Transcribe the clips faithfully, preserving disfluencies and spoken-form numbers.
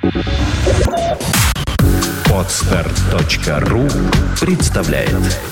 Подстер точка ру представляет.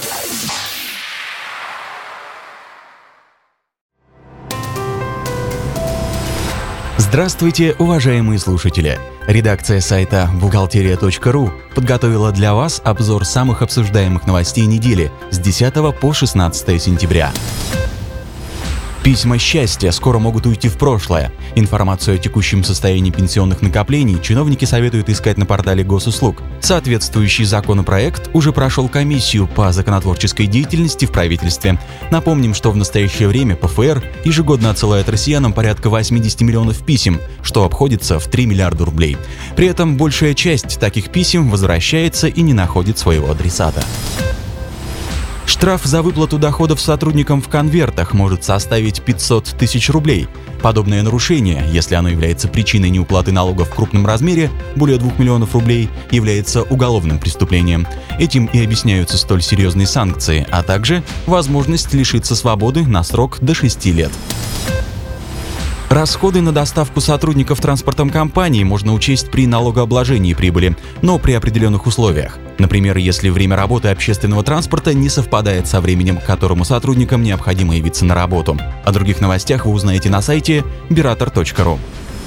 Здравствуйте, уважаемые слушатели! Редакция сайта бухгалтерия точка ру подготовила для вас обзор самых обсуждаемых новостей недели с десятого по шестнадцатое сентября. Письма счастья скоро могут уйти в прошлое. Информацию о текущем состоянии пенсионных накоплений чиновники советуют искать на портале госуслуг. Соответствующий законопроект уже прошел комиссию по законотворческой деятельности в правительстве. Напомним, что в настоящее время ПФР ежегодно отсылает россиянам порядка восемьдесят миллионов писем, что обходится в три миллиарда рублей. При этом большая часть таких писем возвращается и не находит своего адресата. Штраф за выплату доходов сотрудникам в конвертах может составить пятьсот тысяч рублей. Подобное нарушение, если оно является причиной неуплаты налогов в крупном размере, более двух миллионов рублей, является уголовным преступлением. Этим и объясняются столь серьезные санкции, а также возможность лишиться свободы на срок до шести лет. Расходы на доставку сотрудников транспортом компании можно учесть при налогообложении прибыли, но при определенных условиях. Например, если время работы общественного транспорта не совпадает со временем, к которому сотрудникам необходимо явиться на работу. О других новостях вы узнаете на сайте биратор точка ру.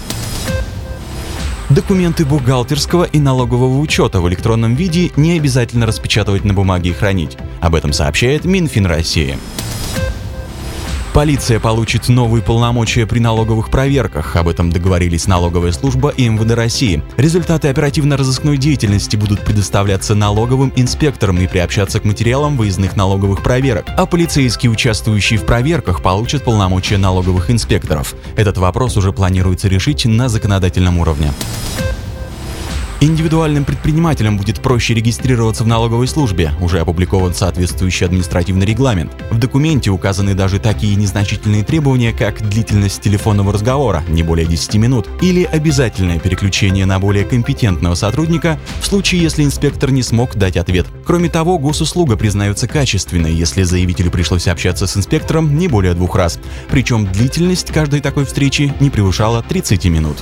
Документы бухгалтерского и налогового учета в электронном виде не обязательно распечатывать на бумаге и хранить. Об этом сообщает Минфин России. Полиция получит новые полномочия при налоговых проверках. Об этом договорились налоговая служба и эм вэ дэ России. Результаты оперативно-розыскной деятельности будут предоставляться налоговым инспекторам и приобщаться к материалам выездных налоговых проверок. А полицейские, участвующие в проверках, получат полномочия налоговых инспекторов. Этот вопрос уже планируется решить на законодательном уровне. Индивидуальным предпринимателям будет проще регистрироваться в налоговой службе. Уже опубликован соответствующий административный регламент. В документе указаны даже такие незначительные требования, как длительность телефонного разговора, не более десяти минут, или обязательное переключение на более компетентного сотрудника в случае, если инспектор не смог дать ответ. Кроме того, госуслуга признается качественной, если заявителю пришлось общаться с инспектором не более двух раз. Причем длительность каждой такой встречи не превышала тридцати минут.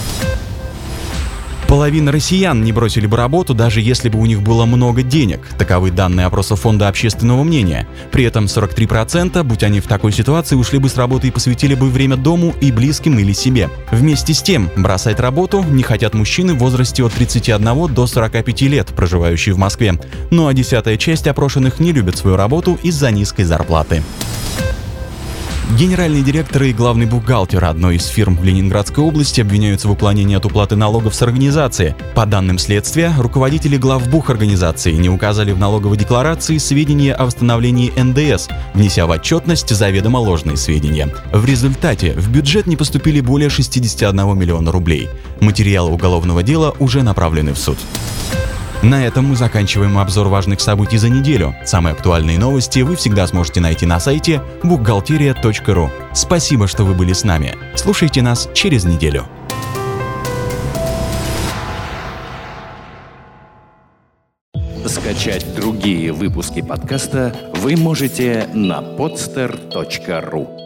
Половина россиян не бросили бы работу, даже если бы у них было много денег. Таковы данные опроса Фонда общественного мнения. При этом сорок три процента, будь они в такой ситуации, ушли бы с работы и посвятили бы время дому и близким или себе. Вместе с тем, бросать работу не хотят мужчины в возрасте от тридцати одного до сорока пяти лет, проживающие в Москве. Ну а десятая часть опрошенных не любят свою работу из-за низкой зарплаты. Генеральный директор и главный бухгалтер одной из фирм в Ленинградской области обвиняются в уклонении от уплаты налогов с организации. По данным следствия, руководители главбух организации не указали в налоговой декларации сведения о восстановлении эн дэ эс, внеся в отчетность заведомо ложные сведения. В результате в бюджет не поступили более шестидесяти одного миллиона рублей. Материалы уголовного дела уже направлены в суд. На этом мы заканчиваем обзор важных событий за неделю. Самые актуальные новости вы всегда сможете найти на сайте бухгалтерия точка ру. Спасибо, что вы были с нами. Слушайте нас через неделю. Скачать другие выпуски подкаста вы можете на подстер точка ру.